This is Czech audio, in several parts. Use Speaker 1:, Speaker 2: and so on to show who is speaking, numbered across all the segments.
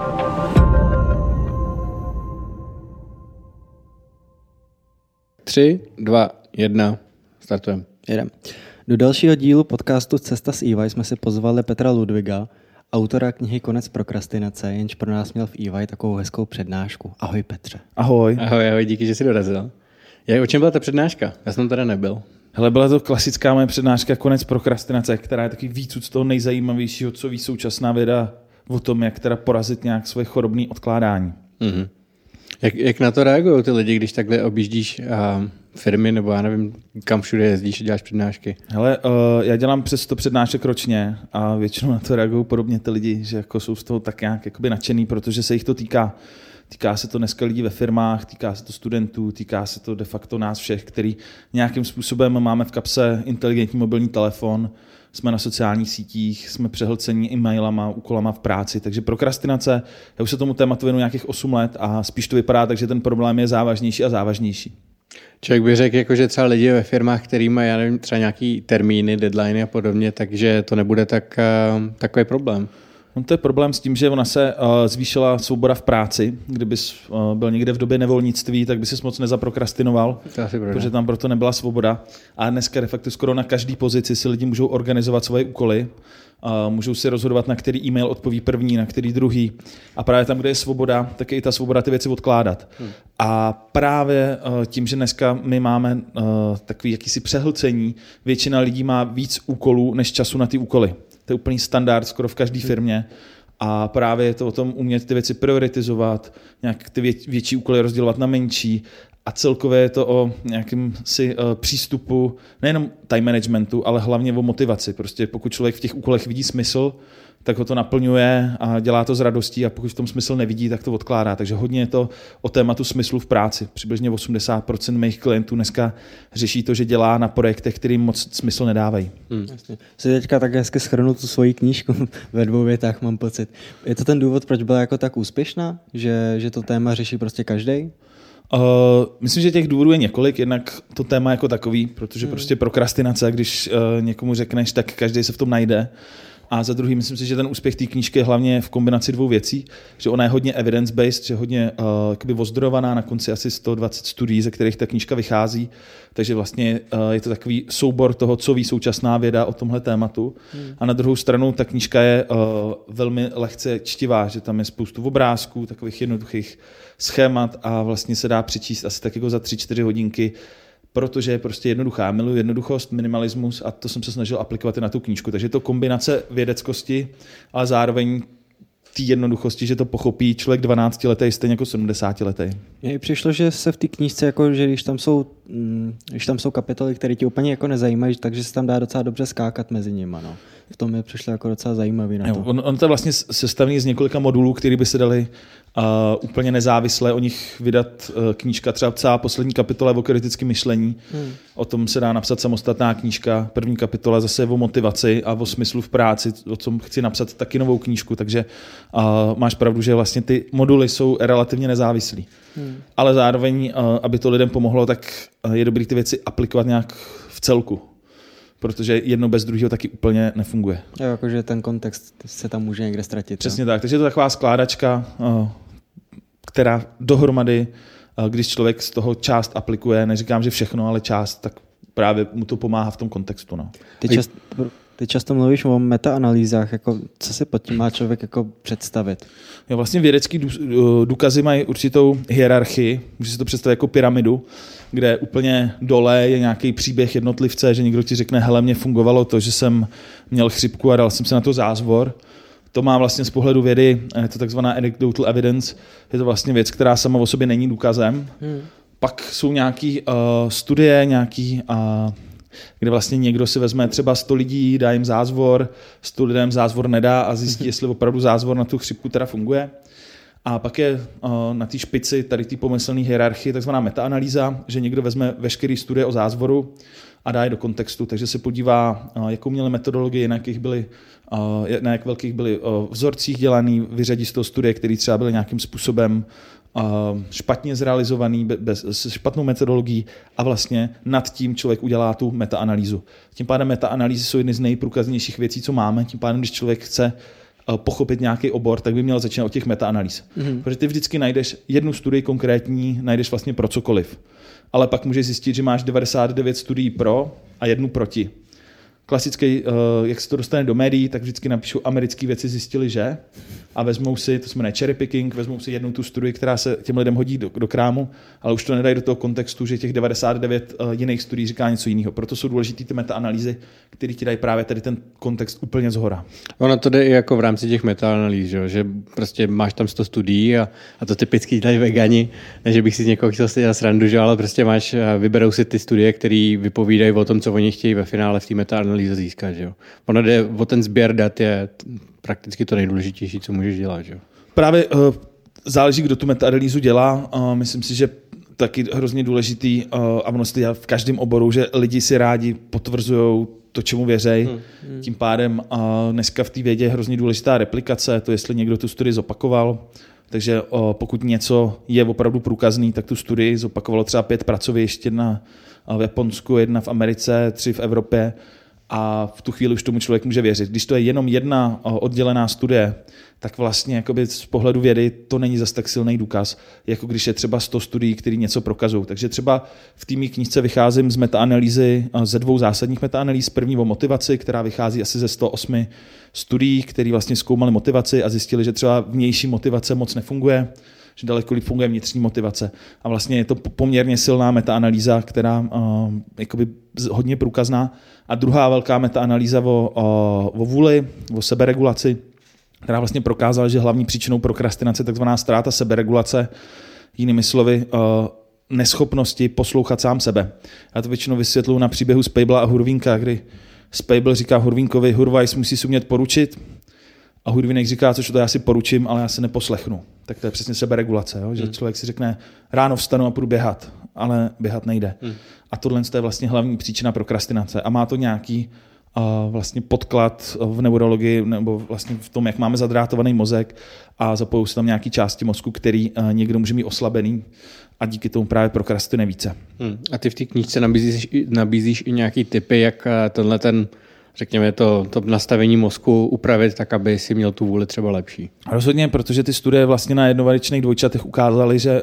Speaker 1: Tři, dva, jedna, startujeme.
Speaker 2: Jedem. Do dalšího dílu podcastu Cesta s EY jsme si pozvali Petra Ludwiga, autora knihy Konec prokrastinace, jenž pro nás měl v EY takovou hezkou přednášku. Ahoj Petře.
Speaker 3: Ahoj.
Speaker 1: Ahoj, díky, že jsi dorazil. O čem byla ta přednáška? Já jsem tady nebyl.
Speaker 3: Hele, byla to klasická moje přednáška Konec prokrastinace, která je taky víc z toho nejzajímavějšího, co ví současná věda o tom, jak teda porazit nějak svoje chorobné odkládání.
Speaker 1: Mhm. Jak na to reagují ty lidi, když takhle objíždíš firmy, nebo já nevím, kam všude jezdíš a děláš přednášky?
Speaker 3: Hele, já dělám přes 100 přednášek ročně a většinou na to reagují podobně ty lidi, že jako jsou z toho tak nějak jakoby nadšený, protože se jich to týká. Týká se to dneska lidí ve firmách, týká se to studentů, týká se to de facto nás všech, který nějakým způsobem máme v kapse inteligentní mobilní telefon, jsme na sociálních sítích, jsme přehlcení e-mailama, úkolama v práci, takže prokrastinace, já už se tomu tématu věnu nějakých 8 let a spíš to vypadá tak, že ten problém je závažnější a závažnější.
Speaker 1: Člověk by řekl, jako, že třeba lidi ve firmách, který mají, já nevím, třeba nějaký termíny, deadliny a podobně, takže to nebude takový problém.
Speaker 3: No to je problém s tím, že ona se zvýšila svoboda v práci. Kdybys byl někde v době nevolnictví, tak by si moc nezaprokrastinoval, protože tam proto nebyla svoboda. A dneska de facto skoro na každý pozici si lidi můžou organizovat svoje úkoly, můžou si rozhodovat, na který e-mail odpoví první, na který druhý. A právě tam, kde je svoboda, tak je i ta svoboda ty věci odkládat. A právě tím, že dneska my máme takový jakýsi přehlcení, většina lidí má víc úkolů než času na ty úkoly. To je úplný standard skoro v každé firmě a právě je to o tom umět ty věci prioritizovat, nějak ty větší úkoly rozdělovat na menší a celkově je to o nějakém přístupu, nejenom time managementu, ale hlavně o motivaci. Prostě pokud člověk v těch úkolech vidí smysl, tak ho to naplňuje a dělá to s radostí a pokud v tom smysl nevidí, tak to odkládá. Takže hodně je to o tématu smyslu v práci. Přibližně 80% mých klientů dneska řeší to, že dělá na projektech, kterým moc smysl nedávají.
Speaker 2: Jasně. Jsi teďka tak hezky shrnul tu svoji knížku ve 2 větách, mám pocit. Je to ten důvod, proč byla jako tak úspěšná? Že to téma řeší prostě každej?
Speaker 3: Myslím, že těch důvodů je několik, jednak to téma jako takový, protože prostě prokrastinace, když někomu řekneš, tak každý se v tom najde. A za druhý, myslím si, že ten úspěch té knížky je hlavně v kombinaci 2 věcí, že ona je hodně evidence-based, že hodně ozdrojovaná, na konci asi 120 studií, ze kterých ta knížka vychází, takže vlastně je to takový soubor toho, co ví současná věda o tomhle tématu. A na druhou stranu ta knížka je velmi lehce čtivá, že tam je spoustu obrázků, takových jednoduchých schémat a vlastně se dá přečíst asi tak jako za 3-4 hodinky, protože je prostě jednoduchá. Miluji jednoduchost, minimalismus a to jsem se snažil aplikovat i na tu knížku. Takže je to kombinace vědeckosti, ale zároveň té jednoduchosti, že to pochopí člověk 12letý stejně jako 70letý.
Speaker 2: Mně přišlo, že se v té knížce, jako, že když tam jsou kapitoly, které ti úplně jako nezajímají, takže se tam dá docela dobře skákat mezi nimi. No. V tom mi přišlo jako docela zajímavý na to.
Speaker 3: On to je vlastně sestavený z několika modulů, které by se dali úplně nezávisle o nich vydat knížka. Třeba celá poslední kapitola je o kritickém myšlení. O tom se dá napsat samostatná knížka. První kapitola zase je o motivaci a o smyslu v práci. O tom chci napsat taky novou knížku, takže máš pravdu, že vlastně ty moduly jsou relativně nezávislí. Ale zároveň, aby to lidem pomohlo, tak je dobré ty věci aplikovat nějak v celku. Protože jedno bez druhého taky úplně nefunguje.
Speaker 2: Jo, jakože ten kontext se tam může někde ztratit.
Speaker 3: Přesně tak, takže je to taková skládačka, která dohromady, když člověk z toho část aplikuje, neříkám, že všechno, ale část, tak právě mu to pomáhá v tom kontextu. No.
Speaker 2: Ty často mluvíš o metaanalýzách, jako co si pod tím má člověk jako představit?
Speaker 3: Jo, vlastně vědecký důkazy mají určitou hierarchii, může si to představit jako pyramidu, kde úplně dole je nějaký příběh jednotlivce, že někdo ti řekne, hele, mně fungovalo to, že jsem měl chřipku a dal jsem se na to zázvor. To má vlastně z pohledu vědy, je to takzvaná anecdotal evidence, je to vlastně věc, která sama o sobě není důkazem. Pak jsou nějaké studie, kde vlastně někdo si vezme třeba 100 lidí, dá jim zázvor, 100 lidem zázvor nedá a zjistí, jestli opravdu zázvor na tu chřipku teda funguje. A pak je na té špici tady té pomyslné hierarchie takzvaná metaanalýza, že někdo vezme veškerý studie o zázvoru a dá je do kontextu, takže se podívá, jakou měli metodologii, na jak velkých byly vzorcích dělaný, vyřadí z toho studie, které třeba byly nějakým způsobem špatně zrealizovaný, s špatnou metodologií a vlastně nad tím člověk udělá tu metaanalýzu. Tím pádem metaanalýzy jsou jedny z nejprůkaznějších věcí, co máme. Tím pádem, když člověk chce pochopit nějaký obor, tak by měl začínat od těch metaanalýz. Protože ty vždycky najdeš jednu studii konkrétní, najdeš vlastně pro cokoliv. Ale pak můžeš zjistit, že máš 99 studií pro a jednu proti. Klasický, jak se to dostane do médií, tak vždycky napíšou americký věci zjistili, že a vezmou si, to se jmenuje cherry picking, vezmou si jednu tu studii, která se těm lidem hodí do krámu, ale už to nedají do toho kontextu, že těch 99 jiných studií říká něco jiného. Proto jsou důležité ty metaanalýzy, které ti dají právě tady ten kontext úplně zhora.
Speaker 1: Ono to jde i jako v rámci těch metaanalýz, že prostě máš tam 100 studií a to typicky dělají vegani, ne, že bych si z někoho chtěl si dělat srandu, že, ale prostě vyberou si ty studie, které vypovídají o tom, co oni chtějí ve finále v té metaanalýze získat. Že? Ono jde o ten sběr dat, je prakticky to nejdůležitější, co můžeš dělat. Že?
Speaker 3: Právě záleží, kdo tu metaanalýzu dělá. Myslím si, že taky hrozně důležitý, a ono se dělá v každém oboru, že lidi si rádi potvrzují to, čemu věřej. Tím pádem dneska v té vědě je hrozně důležitá replikace, to jestli někdo tu studii zopakoval. Takže pokud něco je opravdu průkazný, tak tu studii zopakovalo třeba 5 pracovišť, jedna v Japonsku, jedna v Americe, 3 v Evropě. A v tu chvíli už tomu člověk může věřit. Když to je jenom jedna oddělená studie, tak vlastně jakoby z pohledu vědy to není zas tak silný důkaz, jako když je třeba 100 studií, které něco prokazují. Takže třeba v té mé knížce vycházím z metaanalýzy, ze 2 zásadních metaanalýz. První o motivaci, která vychází asi ze 108 studií, které vlastně zkoumaly motivaci a zjistili, že třeba vnější motivace moc nefunguje, že daleko líp funguje vnitřní motivace. A vlastně je to poměrně silná metaanalýza, která jakoby hodně průkazná. A druhá velká metaanalýza o vůli, o seberegulaci, která vlastně prokázala, že hlavní příčinou prokrastinace je takzvaná ztráta seberegulace, jinými slovy neschopnosti poslouchat sám sebe. Já to většinou vysvětluji na příběhu Spejbla a Hurvínka, kdy Spejbl říká Hurvínkovi, Hurvajs, musí si umět poručit, a Hurvínek říká, což to já si poručím, ale já se neposlechnu. Tak to je přesně seberegulace, jo? Že člověk si řekne, ráno vstanu a půjdu běhat, ale běhat nejde. A tohle je vlastně hlavní příčina prokrastinace. A má to nějaký vlastně podklad v neurologii nebo vlastně v tom, jak máme zadrátovaný mozek a zapojují se tam nějaké části mozku, který někdo může mít oslabený a díky tomu právě prokrastinuje více.
Speaker 1: A ty v té knížce nabízíš i nějaký tipy, jak tenhle ten, řekněme, to nastavení mozku upravit tak, aby si měl tu vůli třeba lepší.
Speaker 3: Rozhodně, protože ty studie vlastně na jednovaječných dvojčatech ukázaly, že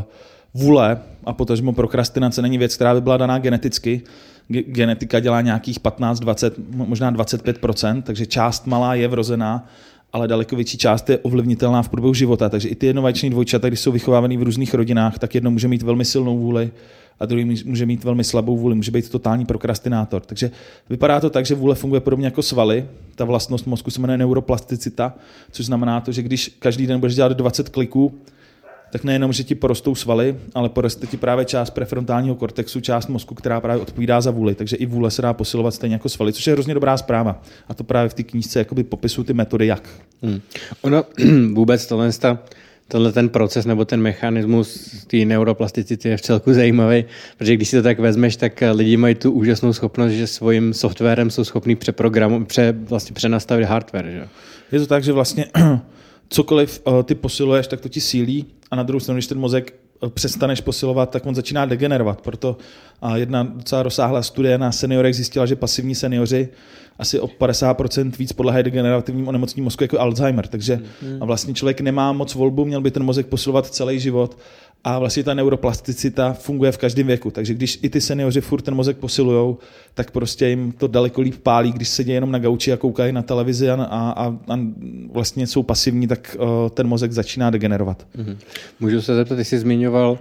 Speaker 3: vůle a potažmo prokrastinace není věc, která by byla daná geneticky. Genetika dělá nějakých 15, 20, možná 25%, takže část malá je vrozená, ale daleko větší část je ovlivnitelná v průběhu života. Takže i ty jednovaječný dvojčata, když jsou vychovávaný v různých rodinách, tak jedno může mít velmi silnou vůli a druhý může mít velmi slabou vůli, může být totální prokrastinátor. Takže vypadá to tak, že vůle funguje podobně jako svaly. Ta vlastnost mozku se jmenuje neuroplasticita, což znamená to, že když každý den budeš dělat 20 kliků, tak nejenom, že ti porostou svaly, ale poroste ti právě část prefrontálního kortexu, část mozku, která právě odpovídá za vůli. Takže i vůle se dá posilovat stejně jako svaly, což je hrozně dobrá zpráva. A to právě v té knížce jakoby popisují ty metody, jak.
Speaker 1: Ono vůbec tenhle ten proces nebo ten mechanismus té neuroplasticity je v celku zajímavý, protože když si to tak vezmeš, tak lidi mají tu úžasnou schopnost, že svým softwarem jsou schopní vlastně přenastavit hardware. Že?
Speaker 3: Je to tak, že vlastně cokoliv ty posiluješ, tak to ti sílí a na druhou stranu, když ten mozek přestaneš posilovat, tak on začíná degenerovat. Proto jedna docela rozsáhlá studie na seniorech zjistila, že pasivní seniori asi o 50% víc podléhají degenerativním onemocněním mozku jako Alzheimer. Takže a vlastně člověk nemá moc volbu, měl by ten mozek posilovat celý život a vlastně ta neuroplasticita funguje v každém věku. Takže když i ty seniori furt ten mozek posilujou, tak prostě jim to daleko líp pálí, když sedí jenom na gauči a koukají na televizi a vlastně jsou pasivní, tak ten mozek začíná degenerovat.
Speaker 1: Můžu se zeptat, ty jsi zmiňoval,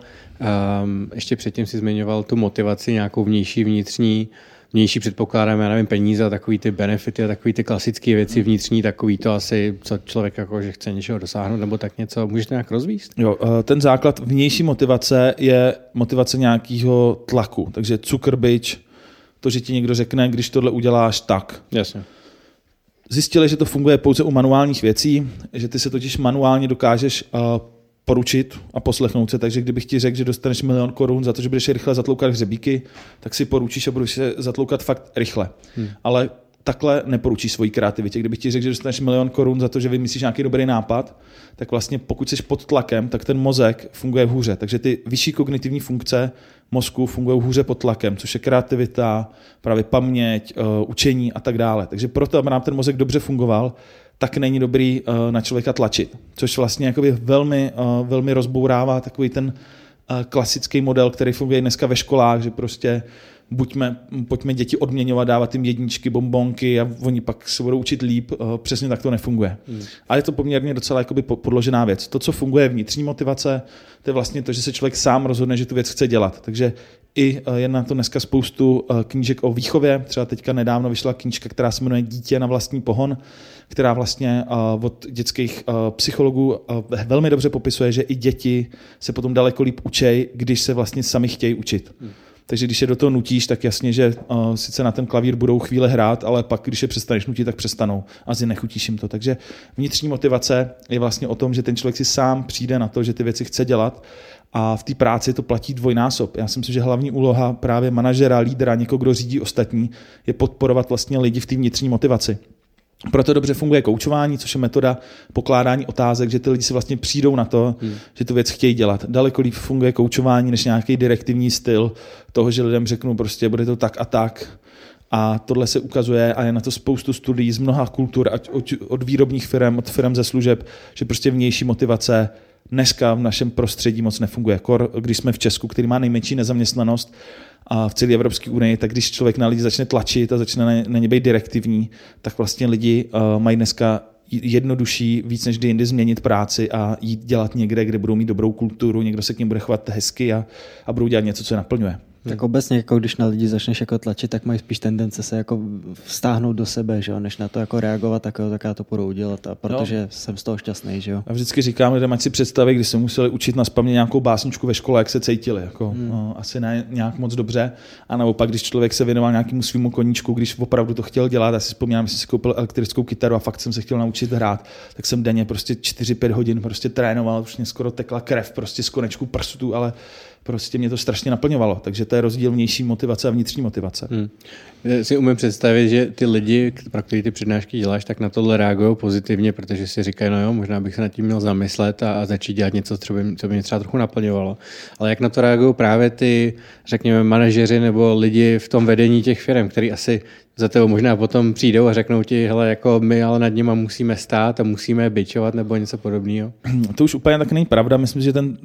Speaker 1: ještě předtím jsi zmiňoval tu motivaci nějakou vnější, vnitřní, předpokládám, já nevím, peníze a takový ty benefity a takový ty klasické věci vnitřní, takový to asi, co člověk jako, že chce něčeho dosáhnout nebo tak něco. Můžeš to nějak rozvíct?
Speaker 3: Jo, ten základ vnější motivace je motivace nějakého tlaku. Takže cukrbič, to, že ti někdo řekne, když tohle uděláš, tak.
Speaker 1: Jasně.
Speaker 3: Zjistili, že to funguje pouze u manuálních věcí, že ty se totiž manuálně dokážeš poručit a poslechnout se, takže kdybych ti řekl, že dostaneš 1 000 000 korun za to, že budeš rychle zatloukat hřebíky, tak si poručíš a budeš se zatloukat fakt rychle. Ale takhle neporučíš svoji kreativitě. Kdybych ti řekl, že dostaneš 1 000 000 korun za to, že vymyslíš nějaký dobrý nápad, tak vlastně pokud jsi pod tlakem, tak ten mozek funguje hůře. Takže ty vyšší kognitivní funkce mozku fungují hůře pod tlakem, což je kreativita, právě paměť, učení a tak dále. Takže proto, aby nám ten mozek dobře fungoval, tak není dobrý na člověka tlačit. Což vlastně jakoby velmi rozbourává takový ten klasický model, který funguje dneska ve školách, že prostě pojďme děti odměňovat, dávat jim jedničky, bonbonky a oni pak se budou učit líp. Přesně tak to nefunguje. Ale je to poměrně docela jakoby podložená věc. To, co funguje vnitřní motivace, to je vlastně to, že se člověk sám rozhodne, že tu věc chce dělat. Takže i je na to dneska spoustu knížek o výchově. Třeba teďka nedávno vyšla knížka, která se jmenuje Dítě na vlastní pohon, která vlastně od dětských psychologů velmi dobře popisuje, že i děti se potom daleko líp učej, když se vlastně sami chtějí učit. Takže když je do toho nutíš, tak jasně, že sice na ten klavír budou chvíle hrát, ale pak, když je přestaneš nutit, tak přestanou. Asi nechutíš jim to. Takže vnitřní motivace je vlastně o tom, že ten člověk si sám přijde na to, že ty věci chce dělat a v té práci to platí dvojnásob. Já si myslím, že hlavní úloha právě manažera, lídra, někoho, kdo řídí ostatní, je podporovat vlastně lidi v té vnitřní motivaci. Proto dobře funguje koučování, což je metoda pokládání otázek, že ty lidi si vlastně přijdou na to, že tu věc chtějí dělat. Daleko líp funguje koučování než nějaký direktivní styl toho, že lidem řeknu prostě bude to tak a tak. A tohle se ukazuje a je na to spoustu studií z mnoha kultur, ať od výrobních firm, od firm ze služeb, že prostě vnější motivace dneska v našem prostředí moc nefunguje. Když jsme v Česku, který má nejmenší nezaměstnanost, a v celé Evropské unii, tak když člověk na lidi začne tlačit a začne na ně být direktivní, tak vlastně lidi mají dneska jednodušší víc než kdy jindy změnit práci a jít dělat někde, kde budou mít dobrou kulturu, někdo se k ním bude chovat hezky a budou dělat něco, co je naplňuje.
Speaker 2: Tak obecně, jako když na lidi začneš jako tlačit, tak mají spíš tendence se jako vztáhnout do sebe, že jo? Než na to jako reagovat, tak já to půjdu udělat, a protože jsem z toho šťastný, že jo.
Speaker 3: Já vždycky říkám lidem, ať si představí, když se museli učit naspamět nějakou básničku ve škole, jak se cítili, jako asi ne nějak moc dobře, a naopak, když člověk se věnoval nějakému svému koníčku, když opravdu to chtěl dělat, já si vzpomínám, že jsem si koupil elektrickou kytaru a fakt jsem se chtěl naučit hrát, tak jsem denně prostě 4-5 hodin prostě trénoval, už mě skoro tekla krev prostě z konečku prstů, ale prostě mě to strašně naplňovalo, takže to je rozdíl vnější motivace a vnitřní motivace.
Speaker 1: Si umím představit, že ty lidi, pro který ty přednášky děláš, tak na tohle reagují pozitivně, protože si říkají, no jo, možná bych se nad tím měl zamyslet a začít dělat něco, co by mě třeba trochu naplňovalo. Ale jak na to reagují právě ty, řekněme, manažeři nebo lidi v tom vedení těch firm, který asi za tebou možná potom přijdou a řeknou ti, hele, jako my ale nad nima musíme stát a musíme bičovat nebo něco podobného?
Speaker 3: To už úplně tak není pravda. Myslím, že ten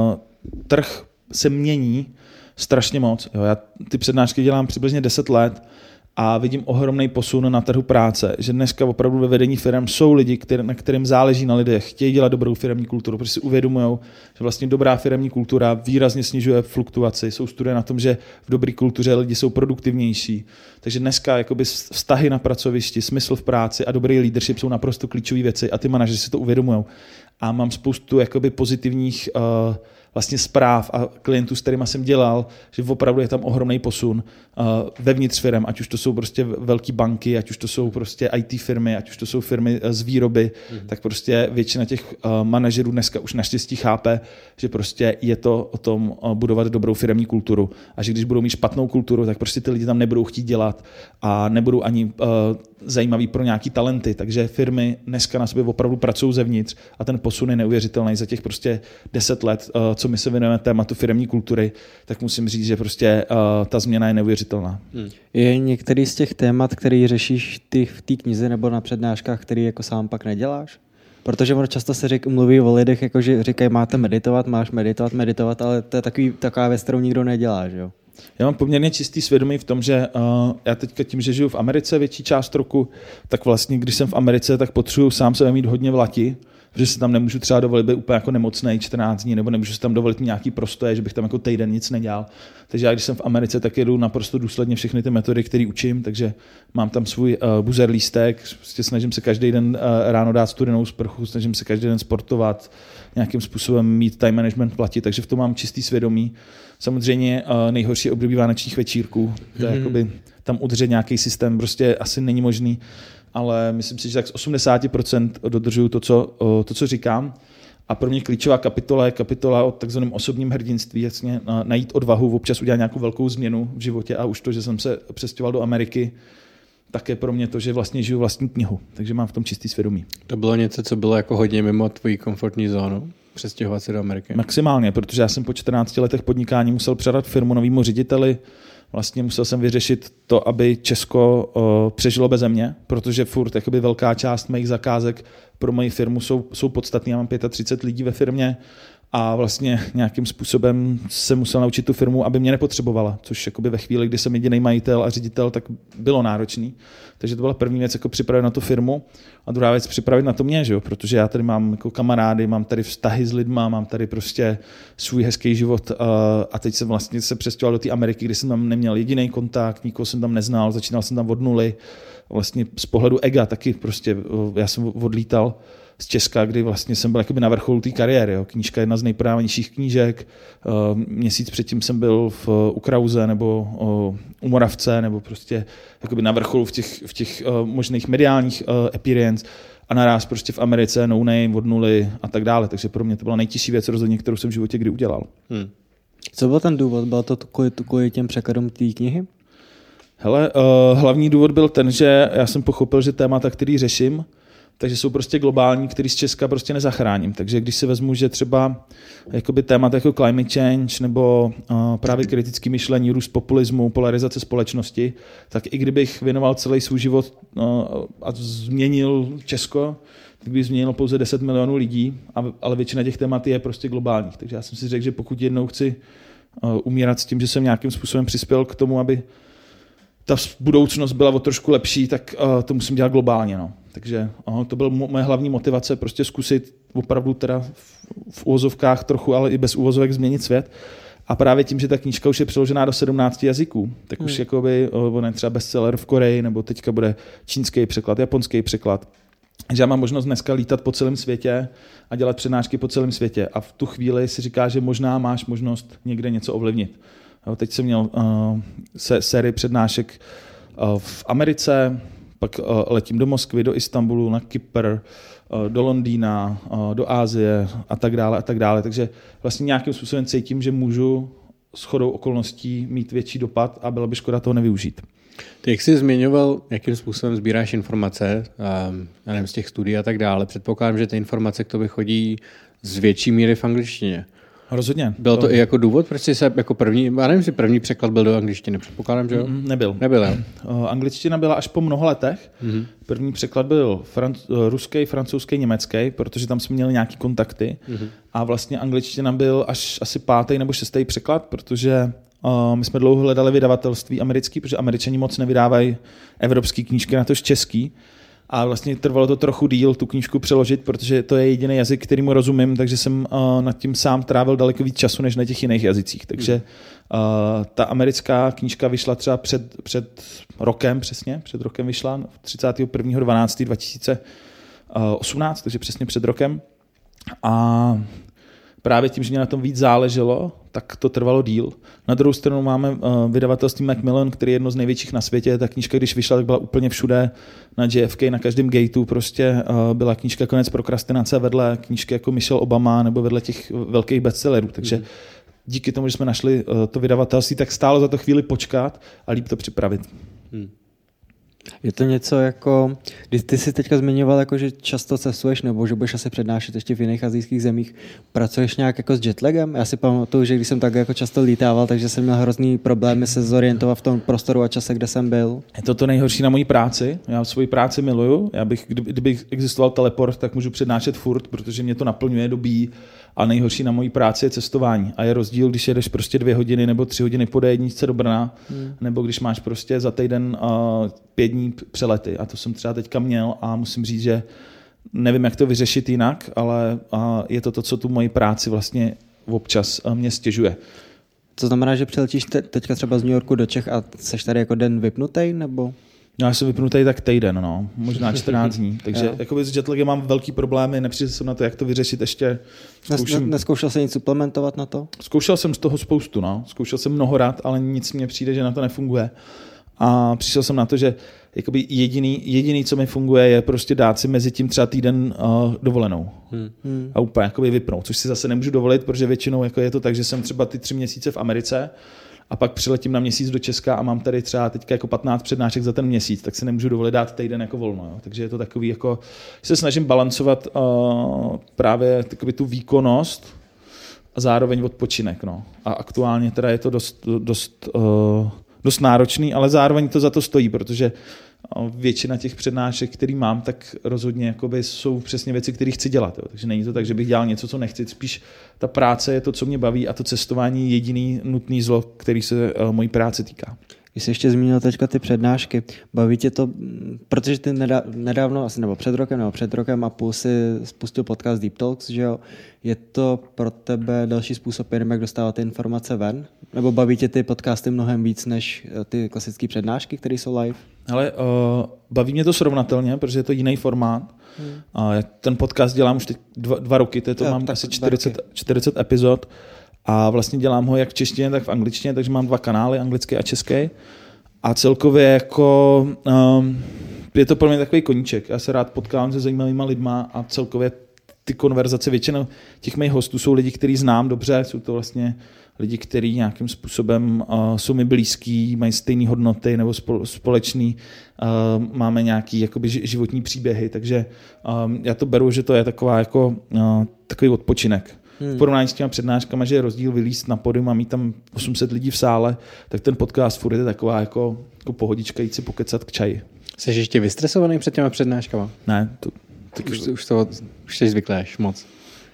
Speaker 3: trh se mění strašně moc. Jo, já ty přednášky dělám přibližně 10 let a vidím ohromný posun na trhu práce, že dneska opravdu ve vedení firm jsou lidi, na kterým záleží na lidech, chtějí dělat dobrou firemní kulturu, protože si uvědomují, že vlastně dobrá firemní kultura výrazně snižuje fluktuaci. Jsou studie na tom, že v dobré kultuře lidi jsou produktivnější. Takže dneska jakoby vztahy na pracovišti, smysl v práci a dobrý leadership jsou naprosto klíčové věci a ty manažeři si to uvědomují. A mám spoustu jakoby pozitivních vlastně zpráv a klientů, s kterýma jsem dělal, že opravdu je tam ohromný posun vevnitř firem, ať už to jsou prostě velké banky, ať už to jsou prostě IT firmy, ať už to jsou firmy z výroby, tak prostě většina těch manažerů dneska už naštěstí chápe, že prostě je to o tom budovat dobrou firemní kulturu a že když budou mít špatnou kulturu, tak prostě ty lidi tam nebudou chtít dělat a nebudou ani zajímavý pro nějaký talenty, takže firmy dneska na sobě opravdu pracují zevnitř a ten posun je neuvěřitelný za těch prostě 10 let, co my se věnujeme tématu firemní kultury, tak musím říct, že prostě ta změna je neuvěřitelná.
Speaker 2: Je některý z těch témat, který řešíš ty v té knize nebo na přednáškách, který jako sám pak neděláš? Protože ono často se mluví o lidech, jako že říkají, máte meditovat, máš meditovat, ale to je taková věc, kterou nikdo nedělá, že jo?
Speaker 3: Já mám poměrně čistý svědomí v tom, že já teďka tím, že žiju v Americe větší část roku, tak vlastně, když jsem v Americe, tak potřebuji sám sebe mít hodně v lati, protože si tam nemůžu třeba dovolit být úplně jako nemocnej 14 dní, nebo nemůžu si tam dovolit nějaký prostoje, že bych tam jako týden nic nedělal. Takže já, když jsem v Americe, tak jedu naprosto důsledně všechny ty metody, které učím, takže mám tam svůj buzzer lístek, prostě snažím se každý den ráno dát studenou sprchu, snažím se každý den sportovat, nějakým způsobem mít time management platit, takže v tom mám čistý svědomí. Samozřejmě nejhorší období vánočních večírků, to je jakoby tam udržet nějaký systém, prostě asi není možný, ale myslím si, že tak z 80% dodržuju to, co říkám. A pro mě klíčová kapitola je kapitola o takzvaném osobním hrdinství, jasně najít odvahu, občas udělat nějakou velkou změnu v životě a už to, že jsem se přestěhoval do Ameriky, také pro mě to, že vlastně žiju vlastní knihu, takže mám v tom čistý svědomí.
Speaker 1: To bylo něco, co bylo jako hodně mimo tvoji komfortní zónu? přestěhovat se do Ameriky.
Speaker 3: Maximálně, protože já jsem po 14 letech podnikání musel předat firmu novému řediteli. Vlastně musel jsem vyřešit to, aby Česko přežilo beze mě, protože furt jakoby velká část mých zakázek pro moji firmu jsou podstatné. Já mám 35 lidí ve firmě a vlastně nějakým způsobem se musel naučit tu firmu, aby mě nepotřebovala, což jakoby ve chvíli, kdy jsem jediný majitel a ředitel, tak bylo náročný. Takže to byla první věc, jako připravit na tu firmu, a druhá věc připravit na to mě, že jo? Protože já tady mám jako kamarády, mám tady vztahy s lidma, mám tady prostě svůj hezký život a teď jsem vlastně se přestěhoval do té Ameriky, kde jsem tam neměl jediný kontakt, nikoho jsem tam neznal, začínal jsem tam od nuly. Vlastně z pohledu ega taky prostě, já jsem odlítal z Česka, kdy vlastně jsem byl jakoby na vrcholu té kariéry. Jo. Knížka je jedna z nejprodávanějších knížek. Měsíc předtím jsem byl u Krause nebo u Moravce, nebo prostě jakoby na vrcholu v těch možných mediálních appearance a naráz prostě v Americe, no name, od nuly a tak dále. Takže pro mě to byla nejtěžší věc rozhodně, kterou jsem v životě kdy udělal.
Speaker 2: Co byl ten důvod? Bylo to kvůli těm překladům té knihy?
Speaker 3: Hele, hlavní důvod byl ten, že já jsem pochopil, že témata, který řeším, takže jsou prostě globální, který z Česka prostě nezachráním. Takže když si vezmu, že třeba jakoby témata jako climate change nebo právě kritické myšlení, růst populismu, polarizace společnosti, tak i kdybych věnoval celý svůj život a změnil Česko, tak bych změnil pouze 10 milionů lidí, ale většina těch témat je prostě globálních. Takže já jsem si řekl, že pokud jednou chci umírat s tím, že jsem nějakým způsobem přispěl k tomu, aby ta budoucnost byla o trošku lepší, tak to musím dělat globálně. No. Takže to byla moje hlavní motivace, prostě zkusit opravdu teda v uvozovkách trochu, ale i bez uvozovek změnit svět. A právě tím, že ta knížka už je přeložená do 17 jazyků, tak už jakoby, on je třeba bestseller v Koreji, nebo teďka bude čínský překlad, japonský překlad. Takže já mám možnost dneska lítat po celém světě a dělat přednášky po celém světě. A v tu chvíli si říká, že možná máš možnost někde něco ovlivnit. Teď jsem měl sérii přednášek v Americe, pak letím do Moskvy, do Istanbulu, na Kypr, do Londýna, do Asie a tak dále a tak dále. Takže vlastně nějakým způsobem cítím, že můžu shodou okolností mít větší dopad a byla by škoda toho nevyužít.
Speaker 1: Ty, jak jsi zmiňoval, jakým způsobem sbíráš informace, já nevím, z těch studií a tak dále, předpokládám, že ty informace k tobě chodí z větší míry v angličtině.
Speaker 3: Rozhodně.
Speaker 1: Byl to i jako důvod, proč jsi se jako první, já nevím, jestli první překlad byl do angličtiny, předpokládám, že jo?
Speaker 3: Nebyl.
Speaker 1: Jo.
Speaker 3: Angličtina byla až po mnoha letech. První překlad byl ruský, francouzský, německý, protože tam jsme měli nějaký kontakty. A vlastně angličtina byl až asi 5. nebo 6. překlad, protože my jsme dlouho hledali vydavatelství americký, protože Američani moc nevydávají evropský knížky, na tož český. A vlastně trvalo to trochu díl tu knížku přeložit, protože to je jediný jazyk, kterýmu rozumím, takže jsem nad tím sám trávil daleko víc času, než na těch jiných jazycích. Takže ta americká knížka vyšla třeba před rokem, přesně, před rokem vyšla, 31.12.2018, takže přesně před rokem. A právě tím, že mě na tom víc záleželo, tak to trvalo díl. Na druhou stranu máme vydavatelství Macmillan, který je jedno z největších na světě. Ta knížka, když vyšla, tak byla úplně všude, na JFK, na každém gateu prostě byla knížka Konec prokrastinace vedle knížky jako Michelle Obama nebo vedle těch velkých bestsellerů. Takže díky tomu, že jsme našli to vydavatelství, tak stálo za to chvíli počkat a líp to připravit.
Speaker 2: Je to něco jako, když ty jsi teďka zmiňoval, jako, že často cestuješ nebo že budeš asi přednášet ještě v jiných asijských zemích, pracuješ nějak jako s jetlagem? Já si pamatuju, že když jsem tak jako často lítával, takže jsem měl hrozný problémy se zorientovat v tom prostoru a čase, kde jsem byl.
Speaker 3: Je to nejhorší na mojí práci. Já svoji práci miluju. Kdyby existoval teleport, tak můžu přednášet furt, protože mě to naplňuje, dobíjí. A nejhorší na mojí práci je cestování. A je rozdíl, když jedeš prostě 2 hodiny nebo 3 hodiny po D1 do Brna, nebo když máš prostě za týden 5 dní přelety. A to jsem třeba teďka měl a musím říct, že nevím, jak to vyřešit jinak, ale je to, co tu moji práci vlastně občas mě stěžuje.
Speaker 2: To znamená, že přiletíš teďka třeba z New Yorku do Čech a seš tady jako den vypnutej, nebo?
Speaker 3: No, já jsem vypnutý tak týden, no. Možná 14 dní. Takže jakoby s jetlagem mám velký problémy, nepřišel jsem na to, jak to vyřešit ještě.
Speaker 2: Neskoušel jsi nic suplementovat na to?
Speaker 3: Zkoušel jsem z toho spoustu, no. Zkoušel jsem mnoho rad, ale nic mně přijde, že na to nefunguje. A přišel jsem na to, že jakoby jediný, co mi funguje, je prostě dát si mezi tím třeba týden dovolenou. A úplně jakoby vypnout, což si zase nemůžu dovolit, protože většinou jako je to tak, že jsem třeba ty 3 měsíce v Americe a pak přiletím na měsíc do Česka a mám tady třeba teďka jako 15 přednášek za ten měsíc, tak si nemůžu dovolit dát týden jako volno. Jo. Takže je to takový jako, se snažím balancovat právě takový tu výkonnost a zároveň odpočinek. No. A aktuálně teda je to dost náročný, ale zároveň to za to stojí, protože většina těch přednášek, který mám, tak rozhodně jakoby jsou přesně věci, které chci dělat. Jo. Takže není to tak, že bych dělal něco, co nechci. Spíš ta práce je to, co mě baví a to cestování je jediný nutný zlo, který se mojí práce týká.
Speaker 2: Když jsi ještě zmínil teďka ty přednášky, baví tě to, protože ty nedávno, asi nebo před rokem a půl si spustil podcast Deep Talks, že jo? Je to pro tebe další způsob, jak dostávat ty informace ven? Nebo baví tě ty podcasty mnohem víc než ty klasické přednášky, které jsou live?
Speaker 3: Ale baví mě to srovnatelně, protože je to jiný formát. Ten podcast dělám už teď 2 roky, mám asi 40 epizod. A vlastně dělám ho jak v češtině, tak v angličtině, takže mám 2 kanály, anglický a český. A celkově jako je to pro mě takový koníček. Já se rád potkávám se zajímavýma lidma a celkově ty konverzace, většinou těch mých hostů jsou lidi, který znám dobře, jsou to vlastně lidi, kteří nějakým způsobem jsou mi blízký, mají stejné hodnoty nebo společný, máme nějaký jakoby životní příběhy, takže já to beru, že to je taková jako takový odpočinek. V porovnání s těma přednáškama, že je rozdíl vylízt na podium a mít tam 800 lidí v sále, tak ten podcast furt je taková jako pohodička, jít si pokecat k čaji.
Speaker 1: Jsi ještě vystresovaný před těma přednáškama?
Speaker 3: Ne.
Speaker 1: Už jsi zvyklý moc.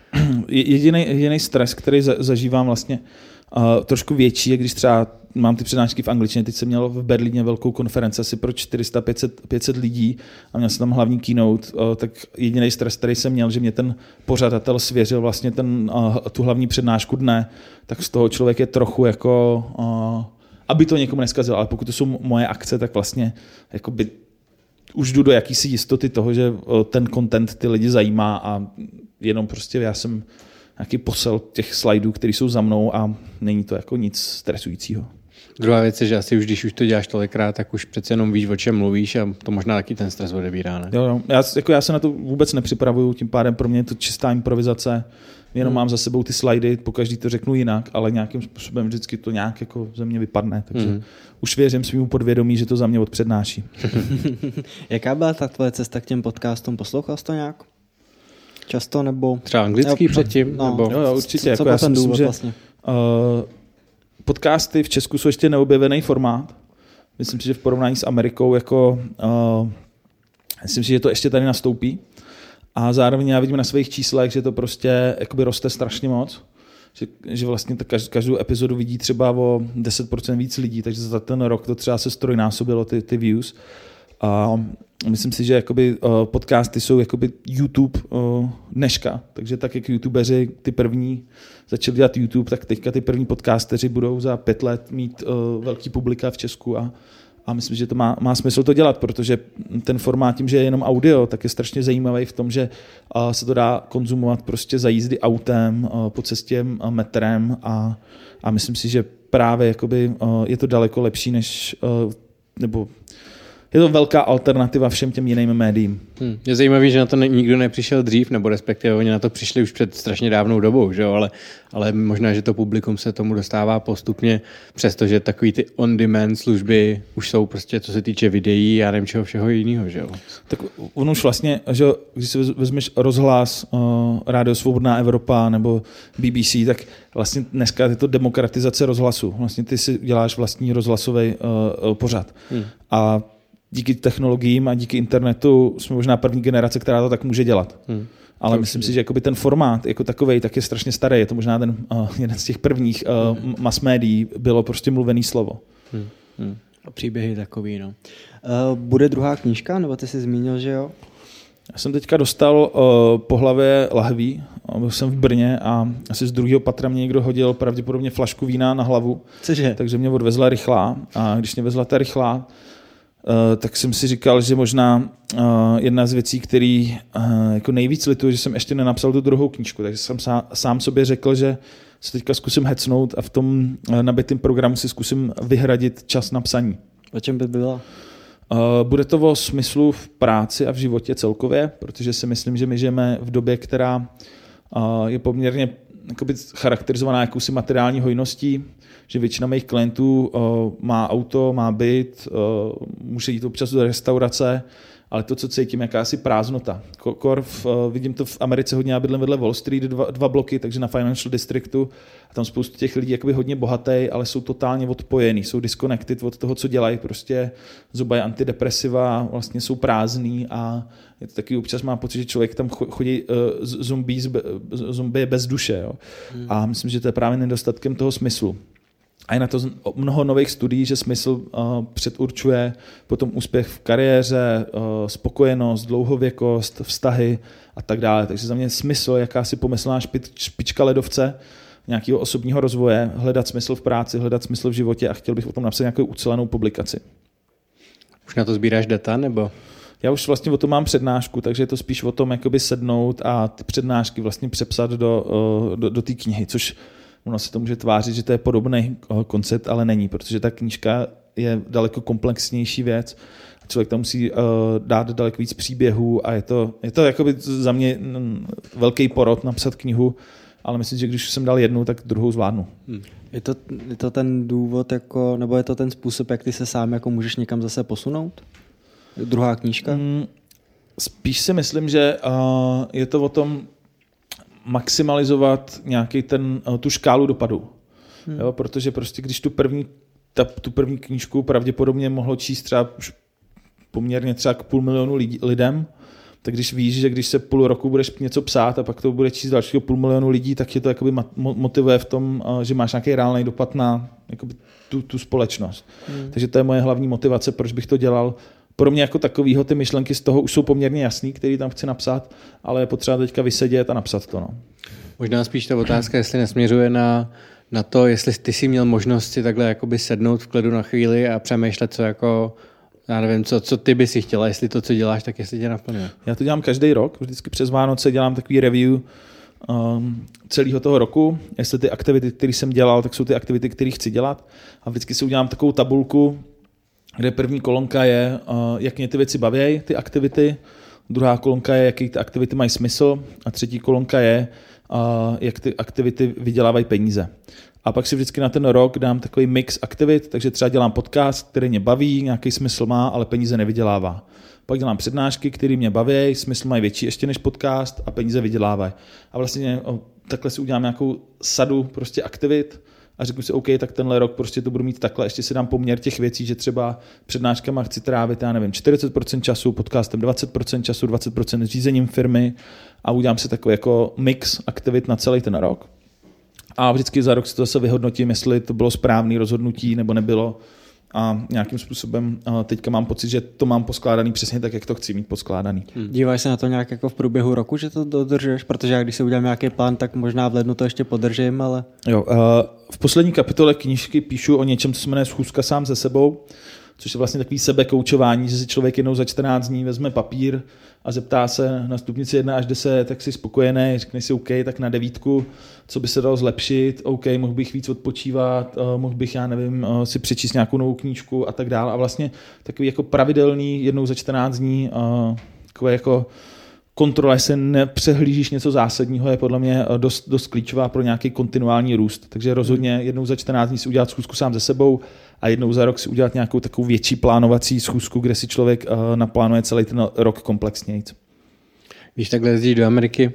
Speaker 3: Jediný stres, který zažívám vlastně trošku větší, je když třeba mám ty přednášky v angličtině, teď jsem měl v Berlíně velkou konferenci asi pro 400-500 lidí a měl jsem tam hlavní keynote, tak jediný stres, který jsem měl, že mě ten pořadatel svěřil vlastně tu hlavní přednášku dne, tak z toho člověk je trochu jako, aby to někomu neskazil, ale pokud to jsou moje akce, tak vlastně jakoby už jdu do jakýsi jistoty toho, že ten content ty lidi zajímá a jenom prostě já jsem nějaký posel těch slajdů, které jsou za mnou a není to jako nic stresujícího.
Speaker 1: Druhá věc je, že asi už když už to děláš tolikrát, tak už přece jenom víš, o čem mluvíš a to možná taky ten stres odebírá, ne?
Speaker 3: Jo. Já se na to vůbec nepřipravuju, tím pádem pro mě je to čistá improvizace. Jenom mám za sebou ty slajdy, pokaždý to řeknu jinak, ale nějakým způsobem vždycky to nějak jako ze mě vypadne, takže už věřím svýmu podvědomí, že to za mě odpřednáší.
Speaker 2: Jaká byla ta tvoje cesta k těm podcastům? Poslouchal jsi to nějak? Často nebo...
Speaker 1: Třeba anglický předtím?
Speaker 2: No,
Speaker 1: nebo...
Speaker 3: Jo, určitě.
Speaker 2: Co
Speaker 3: já si myslím, že
Speaker 2: vlastně?
Speaker 3: Podcasty v Česku jsou ještě neobjevený formát. Myslím si, že v porovnání s Amerikou jako, myslím si, že to ještě tady nastoupí. A zároveň já vidím na svých číslech, že to prostě jakoby roste strašně moc. Že vlastně každou epizodu vidí třeba o 10% víc lidí, takže za ten rok to třeba se strojnásobilo ty views. A myslím si, že jakoby podcasty jsou jakoby YouTube dneška, takže tak, jak youtubeři ty první začali dělat YouTube, tak teďka ty první podcasteři budou za 5 let mít velký publika v Česku a myslím, že to má smysl to dělat, protože ten formát tím, že je jenom audio, tak je strašně zajímavý v tom, že se to dá konzumovat prostě za jízdy autem, po cestě metrem a myslím si, že právě jakoby je to daleko lepší než nebo je to velká alternativa všem těm jiným médiím.
Speaker 1: Je zajímavý, že na to nikdo nepřišel dřív, nebo respektive oni na to přišli už před strašně dávnou dobou, že jo? Ale možná, že to publikum se tomu dostává postupně, přestože takový ty on-demand služby už jsou prostě, co se týče videí a nevím čeho všeho jiného, že jo?
Speaker 3: Tak on už vlastně, že když si vezmeš rozhlas, Rádio Svobodná Evropa nebo BBC, tak vlastně dneska je to demokratizace rozhlasu. Vlastně ty si děláš vlastní rozhlasový pořad. A díky technologiím a díky internetu jsme možná první generace, která to tak může dělat. Ale myslím si, že jakoby ten formát jako takovej tak je strašně starý. Je to možná ten jeden z těch prvních mass médií bylo prostě mluvený slovo.
Speaker 2: A příběhy takový, no. Bude druhá knížka, nebo ty jsi zmínil, že jo?
Speaker 3: Já jsem teďka dostal po hlavě lahví. Byl jsem v Brně a asi z 2. patra mě někdo hodil pravděpodobně flašku vína na hlavu.
Speaker 2: Cože?
Speaker 3: Takže mě odvezla rychlá. A když mě vezla ta rychlá, tak jsem si říkal, že možná jedna z věcí, který jako nejvíc lituju, že jsem ještě nenapsal tu druhou knížku, takže jsem sám sobě řekl, že se teďka zkusím hecnout a v tom nabitém programu si zkusím vyhradit čas na psaní.
Speaker 2: O čem by bylo?
Speaker 3: Bude to o smyslu v práci a v životě celkově, protože si myslím, že my žijeme v době, která je poměrně charakterizovaná jakousi materiální hojností, že většina mých klientů má auto, má byt, může jít občas do restaurace, ale to, co cítím, jakási prázdnota. Vidím to v Americe hodně, já bydlím vedle Wall Street, dva bloky, takže na Financial Districtu, a tam spoustu těch lidí jakoby hodně bohatý, ale jsou totálně odpojení, jsou disconnected od toho, co dělají, prostě zubají antidepresiva, vlastně jsou prázdný a je to taky občas má pocit, že člověk tam chodí zombie bez duše. Jo? A myslím, že to je právě nedostatkem toho smyslu. A je na to mnoho nových studií, že smysl předurčuje potom úspěch v kariéře, spokojenost, dlouhověkost, vztahy a tak dále. Takže za mě smysl je jakási pomyslná špička ledovce nějakého osobního rozvoje, hledat smysl v práci, hledat smysl v životě a chtěl bych o tom napsat nějakou ucelenou publikaci.
Speaker 1: Už na to sbíráš data, nebo?
Speaker 3: Já už vlastně o tom mám přednášku, takže je to spíš o tom jakoby sednout a ty přednášky vlastně přepsat do té knihy, což ono se to může tvářit, že to je podobný koncept, ale není, protože ta knížka je daleko komplexnější věc. Člověk tam musí dát daleko víc příběhů a je to jakoby za mě velký porod napsat knihu, ale myslím, že když jsem dal jednu, tak druhou zvládnu.
Speaker 2: Je to ten důvod, jako, nebo je to ten způsob, jak ty se sám jako můžeš někam zase posunout? Druhá knížka?
Speaker 3: Spíš si myslím, že je to o tom maximalizovat nějaký tu škálu dopadu. Jo, protože prostě když tu první knížku pravděpodobně mohlo číst třeba už poměrně třeba k 500 000 lidem, tak když víš, že když se půl roku budeš něco psát a pak to bude číst dalšího 500 000 lidí, tak tě to jakoby motivuje v tom, že máš nějaký reálný dopad na jakoby tu společnost. Takže to je moje hlavní motivace, proč bych to dělal. Pro mě jako takovýho ty myšlenky z toho už jsou poměrně jasný, který tam chci napsat, ale je potřeba teďka vysedět a napsat to. No.
Speaker 1: Možná spíš ta otázka, jestli nesměřuje na to, jestli ty jsi měl možnost si takhle jakoby sednout v klidu na chvíli a přemýšlet, co jako, já nevím, co ty by si chtěla, jestli to, co děláš, tak jestli tě naplňuje.
Speaker 3: Já to dělám každý rok, vždycky přes Vánoce dělám takový review celého toho roku, jestli ty aktivity, které jsem dělal, tak jsou ty aktivity, které chci dělat a vždycky si udělám takovou tabulku, kde první kolonka je, jak mě ty věci baví, ty aktivity, druhá kolonka je, jaký ty aktivity mají smysl a třetí kolonka je, jak ty aktivity vydělávají peníze. A pak si vždycky na ten rok dám takový mix aktivit, takže třeba dělám podcast, který mě baví, nějaký smysl má, ale peníze nevydělává. Pak dělám přednášky, které mě baví, smysl mají větší ještě než podcast a peníze vydělávají. A vlastně takhle si udělám nějakou sadu prostě aktivit a řeknu si, OK, tak tenhle rok prostě to budu mít takhle, ještě si dám poměr těch věcí, že třeba přednáškama chci trávit, já nevím, 40% času, podcastem 20% času, 20% řízením firmy a udělám si takový jako mix aktivit na celý ten rok. A vždycky za rok si to zase vyhodnotím, jestli to bylo správné rozhodnutí nebo nebylo. A nějakým způsobem teďka mám pocit, že to mám poskládaný přesně tak, jak to chci mít poskládaný.
Speaker 2: Díváš se na to nějak jako v průběhu roku, že to dodržuješ? Protože já když si udělám nějaký plán, tak možná v lednu to ještě podržím, ale...
Speaker 3: Jo, v poslední kapitole knížky píšu o něčem, co se jmenuje Schůzka sám se sebou, což je vlastně takový sebekoučování, že si člověk jednou za 14 dní vezme papír a zeptá se na stupnici 1 až 10, tak jsi spokojený, řekne si OK, tak na 9, co by se dalo zlepšit, OK, mohl bych víc odpočívat, mohl bych, já nevím, si přečíst nějakou novou knížku a tak dále. A vlastně takový jako pravidelný jednou za 14 dní takové jako kontrola, jestli nepřehlížíš něco zásadního, je podle mě dost klíčová pro nějaký kontinuální růst. Takže rozhodně jednou za 14 dní si udělat schůzku sám se sebou a jednou za rok si udělat nějakou takovou větší plánovací schůzku, kde si člověk naplánuje celý ten rok komplexněji.
Speaker 1: Když takhle jezdíš do Ameriky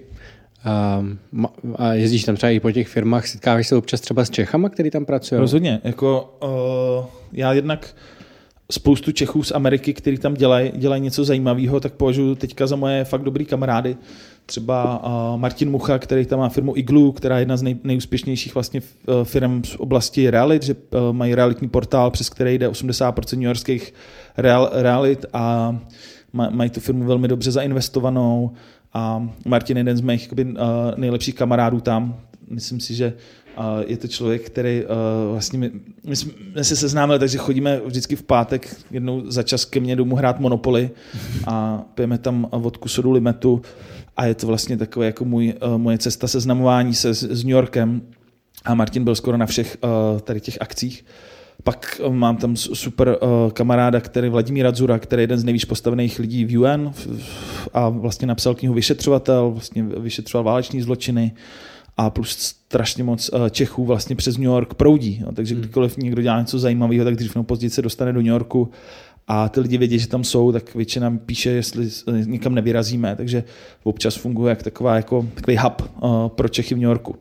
Speaker 1: a jezdíš tam třeba i po těch firmách, setkáváš se občas třeba s Čechama, který tam pracují?
Speaker 3: Rozhodně. Jako, já jednak spoustu Čechů z Ameriky, kteří tam dělají něco zajímavého, tak považuji teďka za moje fakt dobrý kamarády. Třeba Martin Mucha, který tam má firmu Iglu, která je jedna z nejúspěšnějších vlastně firm z oblasti realit, že mají realitní portál, přes který jde 80% newyorských realit a mají tu firmu velmi dobře zainvestovanou a Martin je jeden z mých nejlepších kamarádů tam. Myslím si, že je to člověk, který vlastně my jsme se seznámili, takže chodíme vždycky v pátek jednou za čas ke mně domů hrát Monopoly a pijeme tam vodku sodu limetu a je to vlastně takové jako moje cesta seznamování se s New Yorkem a Martin byl skoro na všech tady těch akcích. Pak mám tam super kamaráda, který Vladimíra Dzura, který je jeden z nejvíc postavených lidí v UN a vlastně napsal knihu Vyšetřovatel, vlastně vyšetřoval váleční zločiny. a plus strašně moc Čechů vlastně přes New York proudí. No, takže kdykoliv někdo dělá něco zajímavého, tak dřív nebo později se dostane do New Yorku a ty lidi vědí, že tam jsou, tak většina píše, jestli nikam nevyrazíme, takže občas funguje jak takový hub pro Čechy v New Yorku.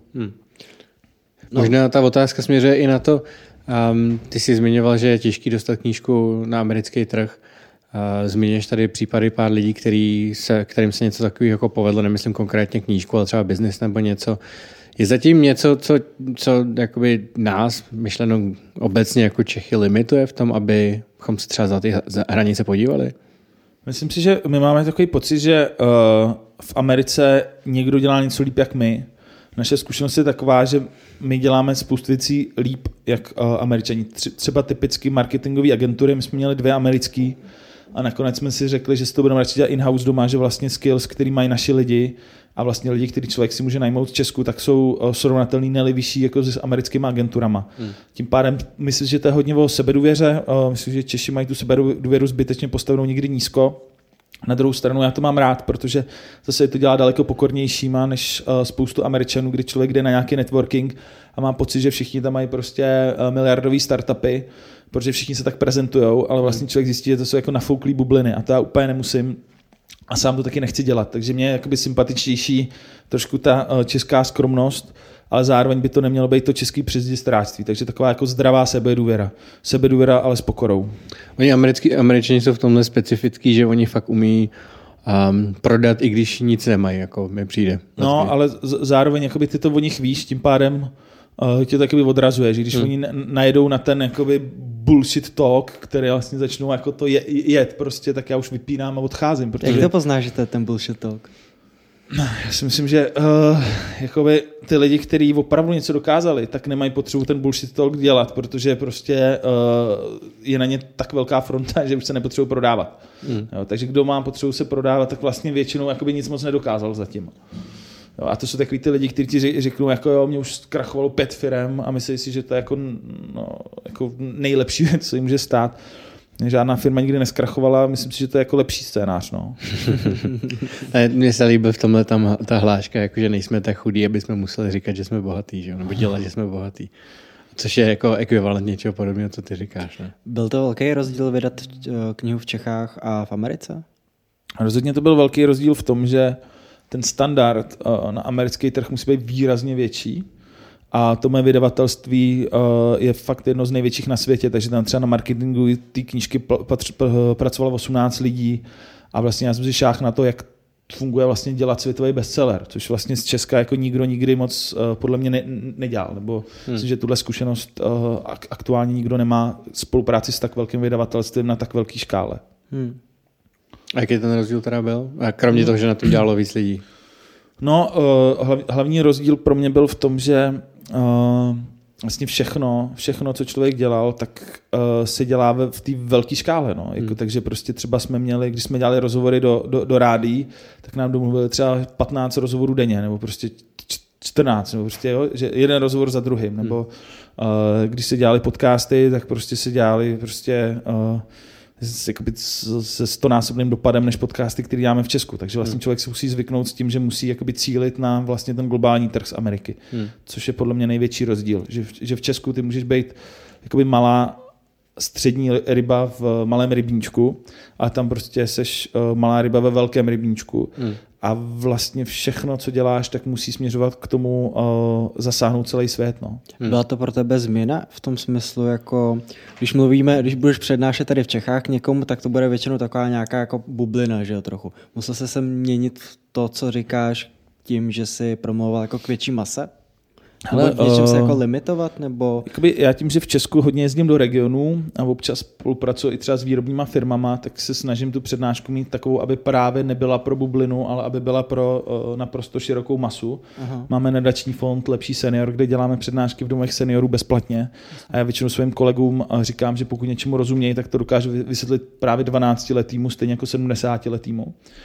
Speaker 1: Možná ta otázka směřuje i na to, ty jsi zmiňoval, že je těžký dostat knížku na americký trh. Zmíníš tady případy pár lidí, kterým se něco takového jako povedlo, nemyslím konkrétně knížku, ale třeba biznis nebo něco. Je zatím něco, co jakoby nás, myšleno obecně jako Čechy, limituje v tom, abychom se třeba za ty hranice podívali?
Speaker 3: Myslím si, že my máme takový pocit, že v Americe někdo dělá něco líp jak my. Naše zkušenost je taková, že my děláme spoustu věcí líp jak Američani. Třeba typicky marketingové agentury, my jsme měli 2 americký a nakonec jsme si řekli, že si to budeme radši dělat in-house doma, že vlastně skills, který mají naši lidi a vlastně lidi, který člověk si může najmout v Česku, tak jsou srovnatelný nejvyšší jako s americkými agenturama. Tím pádem myslím, že to je hodně o sebedůvěře. Myslím, že Češi mají tu sebedůvěru zbytečně postavenou někdy nízko. Na druhou stranu já to mám rád, protože zase to dělá daleko pokornějšíma než spoustu Američanů, kdy člověk jde na nějaký networking a má pocit, že všichni tam mají prostě miliardový startupy, protože všichni se tak prezentujou, ale vlastně člověk zjistí, že to jsou jako nafouklý bubliny a to já úplně nemusím a sám to taky nechci dělat. Takže mě je jakoby sympatičtější trošku ta česká skromnost, ale zároveň by to nemělo být to český přezdistráctví. Takže taková jako zdravá sebedůvěra. Sebedůvěra, ale s pokorou.
Speaker 1: Oni Američani jsou v tomhle specifický, že oni fakt umí prodat, i když nic nemají, jako mi přijde.
Speaker 3: No, ale zároveň jakoby ty to o nich víš, tím pádem tě to jakoby odrazuje, že když oni najedou na ten jakoby bullshit talk, který vlastně začnou jako to jet prostě, tak já už vypínám a odcházím.
Speaker 2: Protože... Jak to poznáš, že to je ten bullshit talk?
Speaker 3: Já si myslím, že jakoby ty lidi, kteří opravdu něco dokázali, tak nemají potřebu ten bullshit talk dělat, protože prostě je na ně tak velká fronta, že už se nepotřebují prodávat. Jo, takže kdo má potřebu se prodávat, tak vlastně většinou jakoby nic moc nedokázal zatím. Jo, a to jsou takový ty lidi, kteří ti řeknou, jako jo, mě už zkrachovalo 5 firem a myslí si, že to je jako nejlepší věc, co jim může stát. Žádná firma nikdy neskrachovala, myslím si, že to je jako lepší scénář. No.
Speaker 1: Mně se líbil v tomhle ta hláška, jako že nejsme tak chudí, aby jsme museli říkat, že jsme bohatý, že? Nebo dělat, že jsme bohatý. Což je jako ekvivalent něčeho podobného, co ty říkáš. Ne?
Speaker 2: Byl to velký rozdíl vydat knihu v Čechách a v Americe?
Speaker 3: Rozhodně to byl velký rozdíl v tom, že ten standard na americký trh musí být výrazně větší. A to mé vydavatelství je fakt jedno z největších na světě, takže tam třeba na marketingu ty knížky pracovalo 18 lidí a vlastně já jsem si šáhl na to, jak funguje vlastně dělat světový bestseller, což vlastně z Česka jako nikdo nikdy moc podle mě nedělal, nebo myslím, že tuhle zkušenost aktuálně nikdo nemá spolupráci s tak velkým vydavatelstvím na tak velký škále.
Speaker 1: A jaký ten rozdíl teda byl? A kromě toho, že na to dělalo víc lidí?
Speaker 3: No, hlavní rozdíl pro mě byl v tom, že vlastně všechno, co člověk dělal, tak se dělá v té velké škále. No. Jako, takže prostě třeba jsme měli, když jsme dělali rozhovory do rádií, tak nám domluvili třeba 15 rozhovorů denně, nebo prostě 14, nebo prostě, jo, že jeden rozhovor za druhým. Nebo když se dělali podcasty, tak prostě se dělali prostě... se 100násobným dopadem než podcasty, které děláme v Česku. Takže vlastně člověk se musí zvyknout s tím, že musí jakoby cílit na vlastně ten globální trh z Ameriky. Což je podle mě největší rozdíl. Že v Česku ty můžeš být jakoby malá střední ryba v malém rybníčku, ale tam prostě seš malá ryba ve velkém rybníčku. A vlastně všechno, co děláš, tak musí směřovat k tomu zasáhnout celý svět. No.
Speaker 2: Byla to pro tebe změna v tom smyslu, jako když budeš přednášet tady v Čechách někomu, tak to bude většinou taková nějaká jako bublina, že jo, trochu. Musel se měnit to, co říkáš, tím, že jsi promluval jako k větší mase? Ale něčím se jako limitovat, nebo...
Speaker 3: Jakoby já tím, že v Česku hodně jezdím do regionů a občas spolupracuji i třeba s výrobníma firmama, tak se snažím tu přednášku mít takovou, aby právě nebyla pro bublinu, ale aby byla pro naprosto širokou masu. Aha. Máme nadační fond Lepší senior, kde děláme přednášky v domovech seniorů bezplatně a já většinou svým kolegům říkám, že pokud něčemu rozumějí, tak to dokážu vysvětlit právě 12letýmu, stejně jako 70letýmu.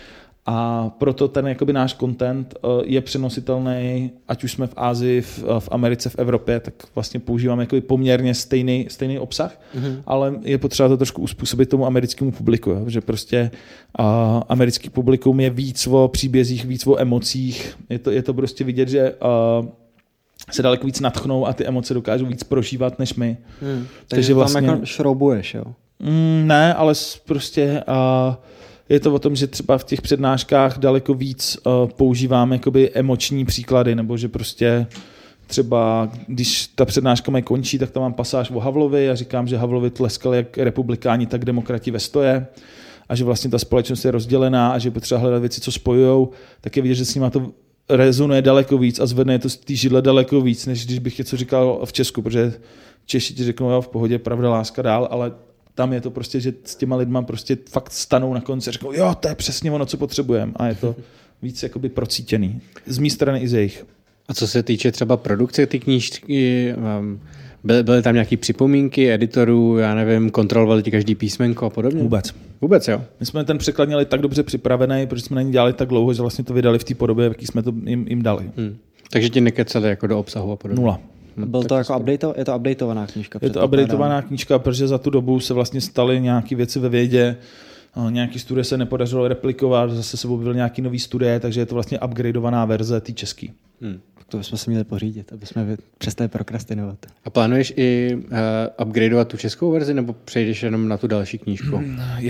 Speaker 3: A proto ten jakoby náš content je přenositelný, ať už jsme v Asii, v Americe, v Evropě, tak vlastně používáme jakoby poměrně stejný obsah, ale je potřeba to trošku uspůsobit tomu americkému publiku, jo? Že prostě americký publikum je víc o příbězích, víc o emocích, je to prostě vidět, že se daleko víc nadchnou a ty emoce dokážou víc prožívat než my.
Speaker 2: Takže vlastně tam jako šroubuješ, jo?
Speaker 3: Ne, ale prostě je to o tom, že třeba v těch přednáškách daleko víc používáme jakoby emoční příklady, nebo že prostě třeba, když ta přednáška mě končí, tak tam mám pasáž o Havlovi a říkám, že Havlovi tleskali jak republikáni, tak demokrati ve stoje a že vlastně ta společnost je rozdělená a že je potřeba hledat věci, co spojujou, tak je vidět, že s nima to rezonuje daleko víc a zvedne to z té židle daleko víc, než když bych něco říkal v Česku, protože Češi ti řeknou, jo, v pohodě, pravda, láska dál, ale tam je to prostě, že s těma lidma prostě fakt stanou na konci a řeknou, jo, to je přesně ono, co potřebujeme. A je to víc jakoby procítěný. Z mé strany i z jejich.
Speaker 1: A co se týče třeba produkce ty knížky, byly tam nějaké připomínky editorů, já nevím, kontrolovali ti každý písmenko a podobně? Vůbec, jo?
Speaker 3: My jsme ten překlad měli tak dobře připravený, protože jsme na ní dělali tak dlouho, že vlastně to vydali v té podobě, jaký jsme to jim dali.
Speaker 1: Takže ti nekecali jako do obsahu a podobně?
Speaker 3: 0.
Speaker 2: Byl to jako je to updateovaná knížka?
Speaker 3: Je to updateovaná knížka, protože za tu dobu se vlastně staly nějaké věci ve vědě, nějaký studie se nepodařilo replikovat, zase se objevily nějaký nový studie, takže je to vlastně upgradeovaná verze té český.
Speaker 2: To bychom se měli pořídit, aby jsme přestali prokrastinovat.
Speaker 1: A plánuješ i upgradeovat tu českou verzi, nebo přejdeš jenom na tu další knížku?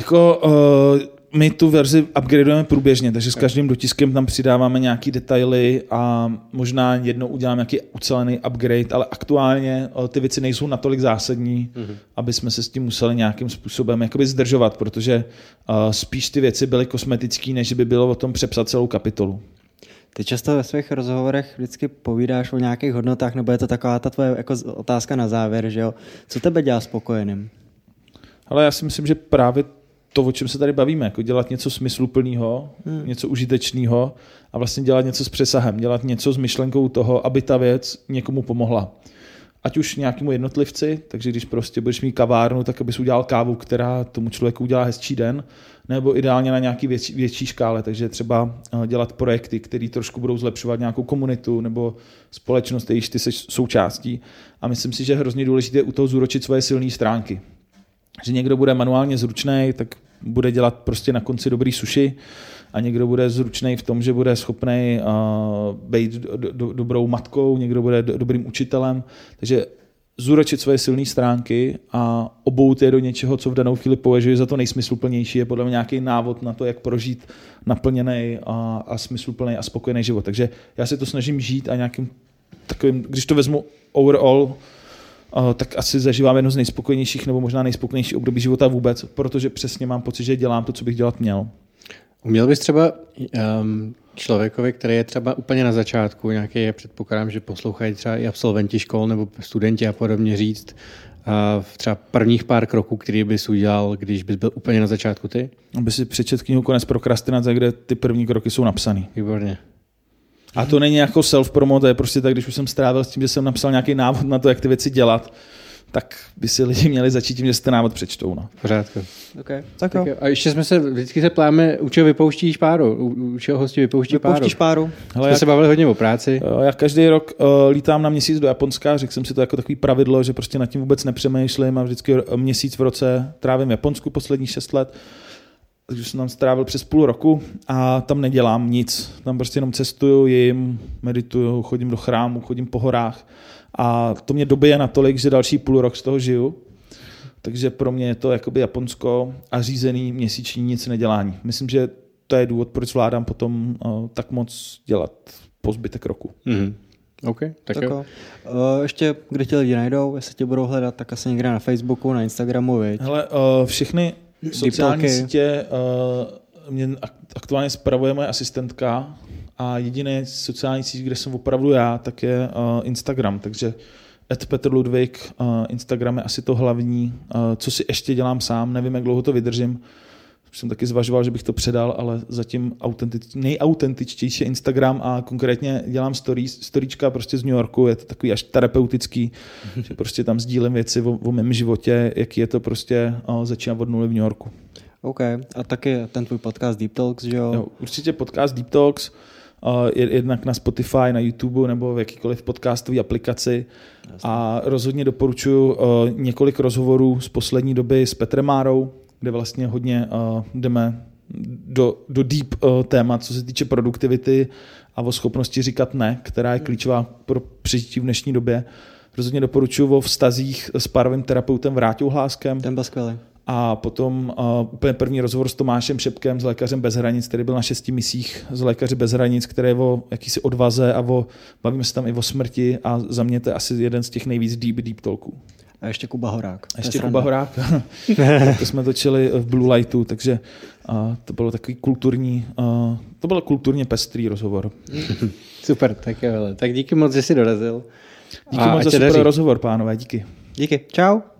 Speaker 3: My tu verzi upgradeujeme průběžně, takže s každým dotiskem tam přidáváme nějaký detaily a možná jednou uděláme nějaký ucelený upgrade, ale aktuálně ty věci nejsou natolik zásadní, aby jsme se s tím museli nějakým způsobem jakoby zdržovat, protože spíš ty věci byly kosmetické, než by bylo o tom přepsat celou kapitolu.
Speaker 2: Ty často ve svých rozhovorech vždycky povídáš o nějakých hodnotách, nebo je to taková ta tvoje jako otázka na závěr, že jo? Co tebe dělá spokojeným?
Speaker 3: Ale já si myslím, že právě to, o čem se tady bavíme, jako dělat něco smysluplného, něco užitečného a vlastně dělat něco s přesahem, dělat něco s myšlenkou toho, aby ta věc někomu pomohla. Ať už nějakému jednotlivci, takže když prostě budeš mít kavárnu, tak abys udělal kávu, která tomu člověku udělá hezčí den, nebo ideálně na nějaký větší škále, takže třeba dělat projekty, které trošku budou zlepšovat nějakou komunitu nebo společnost, jejíž ty jsi součástí. A myslím si, že je hrozně důležité u toho zúročit svoje silné stránky. Že někdo bude manuálně zručný, tak bude dělat prostě na konci dobrý sushi a někdo bude zručný v tom, že bude schopný být dobrou matkou, někdo bude dobrým učitelem. Takže zúročit svoje silné stránky a obout je do něčeho, co v danou chvíli považuji za to nejsmysluplnější, je podle mě nějaký návod na to, jak prožít naplněný a smysluplný a spokojený život. Takže já se to snažím žít a nějakým takovým, když to vezmu overall, tak asi zažívám jedno z nejspokojenějších nebo možná nejspokojenější období života vůbec, protože přesně mám pocit, že dělám to, co bych dělat měl.
Speaker 1: Uměl bys třeba člověkovi, který je třeba úplně na začátku, nějaký, předpokládám, že poslouchají třeba i absolventi škol nebo studenti a podobně, říct v třeba prvních pár kroků, který bys udělal, když bys byl úplně na začátku ty?
Speaker 3: Aby si přečet knihu Konec prokrastinace, kde ty první kroky jsou napsaný.
Speaker 1: Výborně.
Speaker 3: A to není jako self-promo, to je prostě tak, když už jsem strávil s tím, že jsem napsal nějaký návod na to, jak ty věci dělat, tak by si lidi měli začít tím, že si ten návod přečtou. No.
Speaker 1: Pořádku.
Speaker 2: Okay. Tak jo.
Speaker 1: A ještě vždycky se pláme, u čeho vypouštíš páru? U čeho hosti vypouštíš páru?
Speaker 3: Hele,
Speaker 1: jsme se bavili hodně o práci.
Speaker 3: Já každý rok lítám na měsíc do Japonska, řekl jsem si to jako takový pravidlo, že prostě nad tím vůbec nepřemýšlím a vždycky měsíc v roce trávím v Japonsku posledních 6 let. Takže jsem tam strávil přes půl roku a tam nedělám nic. Tam prostě jenom cestuju, jim, medituju, chodím do chrámu, chodím po horách a to mě dobije natolik, že další půl rok z toho žiju. Takže pro mě je to jakoby Japonsko a řízený měsíční nic nedělání. Myslím, že to je důvod, proč vládám potom tak moc dělat po zbytek roku.
Speaker 1: Mm-hmm. OK, tak jo.
Speaker 2: Ještě, kde tě lidi najdou, jestli tě budou hledat, tak asi někde na Facebooku, na Instagramu, viď?
Speaker 3: Hele, všechny sociální sítě mě aktuálně spravuje moje asistentka a jediné sociální síť, kde jsem opravdu já, tak je Instagram, takže @PetrLudwig, Instagram je asi to hlavní, co si ještě dělám sám, nevím, jak dlouho to vydržím. Jsem taky zvažoval, že bych to předal, ale zatím nejautentičtější je Instagram a konkrétně dělám storíčka prostě z New Yorku, je to takový až terapeutický, že prostě tam sdílím věci o mém životě, jaký je to prostě začínat od nuly v New Yorku.
Speaker 2: OK. A taky ten tvůj podcast Deep Talks, že jo?
Speaker 3: Jo, určitě podcast Deep Talks, jednak na Spotify, na YouTube nebo v jakýkoliv podcastové aplikaci. Jasně. A rozhodně doporučuji několik rozhovorů z poslední doby s Petrem Márou, kde vlastně hodně jdeme do deep témat, co se týče produktivity a o schopnosti říkat ne, která je klíčová pro přežití v dnešní době. Rozhodně doporučuji o vztazích s párovým terapeutem Vráťou Hláskem.
Speaker 2: Ten byl skvělý.
Speaker 3: A potom úplně první rozhovor s Tomášem Šepkem, s Lékařem bez hranic, který byl na 6 misích z Lékaři bez hranic, který je o jakýsi odvaze a bavíme se tam i o smrti a za mě to je asi jeden z těch nejvíc deep talků.
Speaker 2: A ještě Kuba Horák.
Speaker 3: Kuba Horák. To jsme točili v Blue Lightu, takže to bylo takový to byl kulturně pestrý rozhovor.
Speaker 1: Super, tak díky moc, že jsi dorazil.
Speaker 3: Díky moc za super rozhovor, pánové, díky.
Speaker 2: Díky, čau.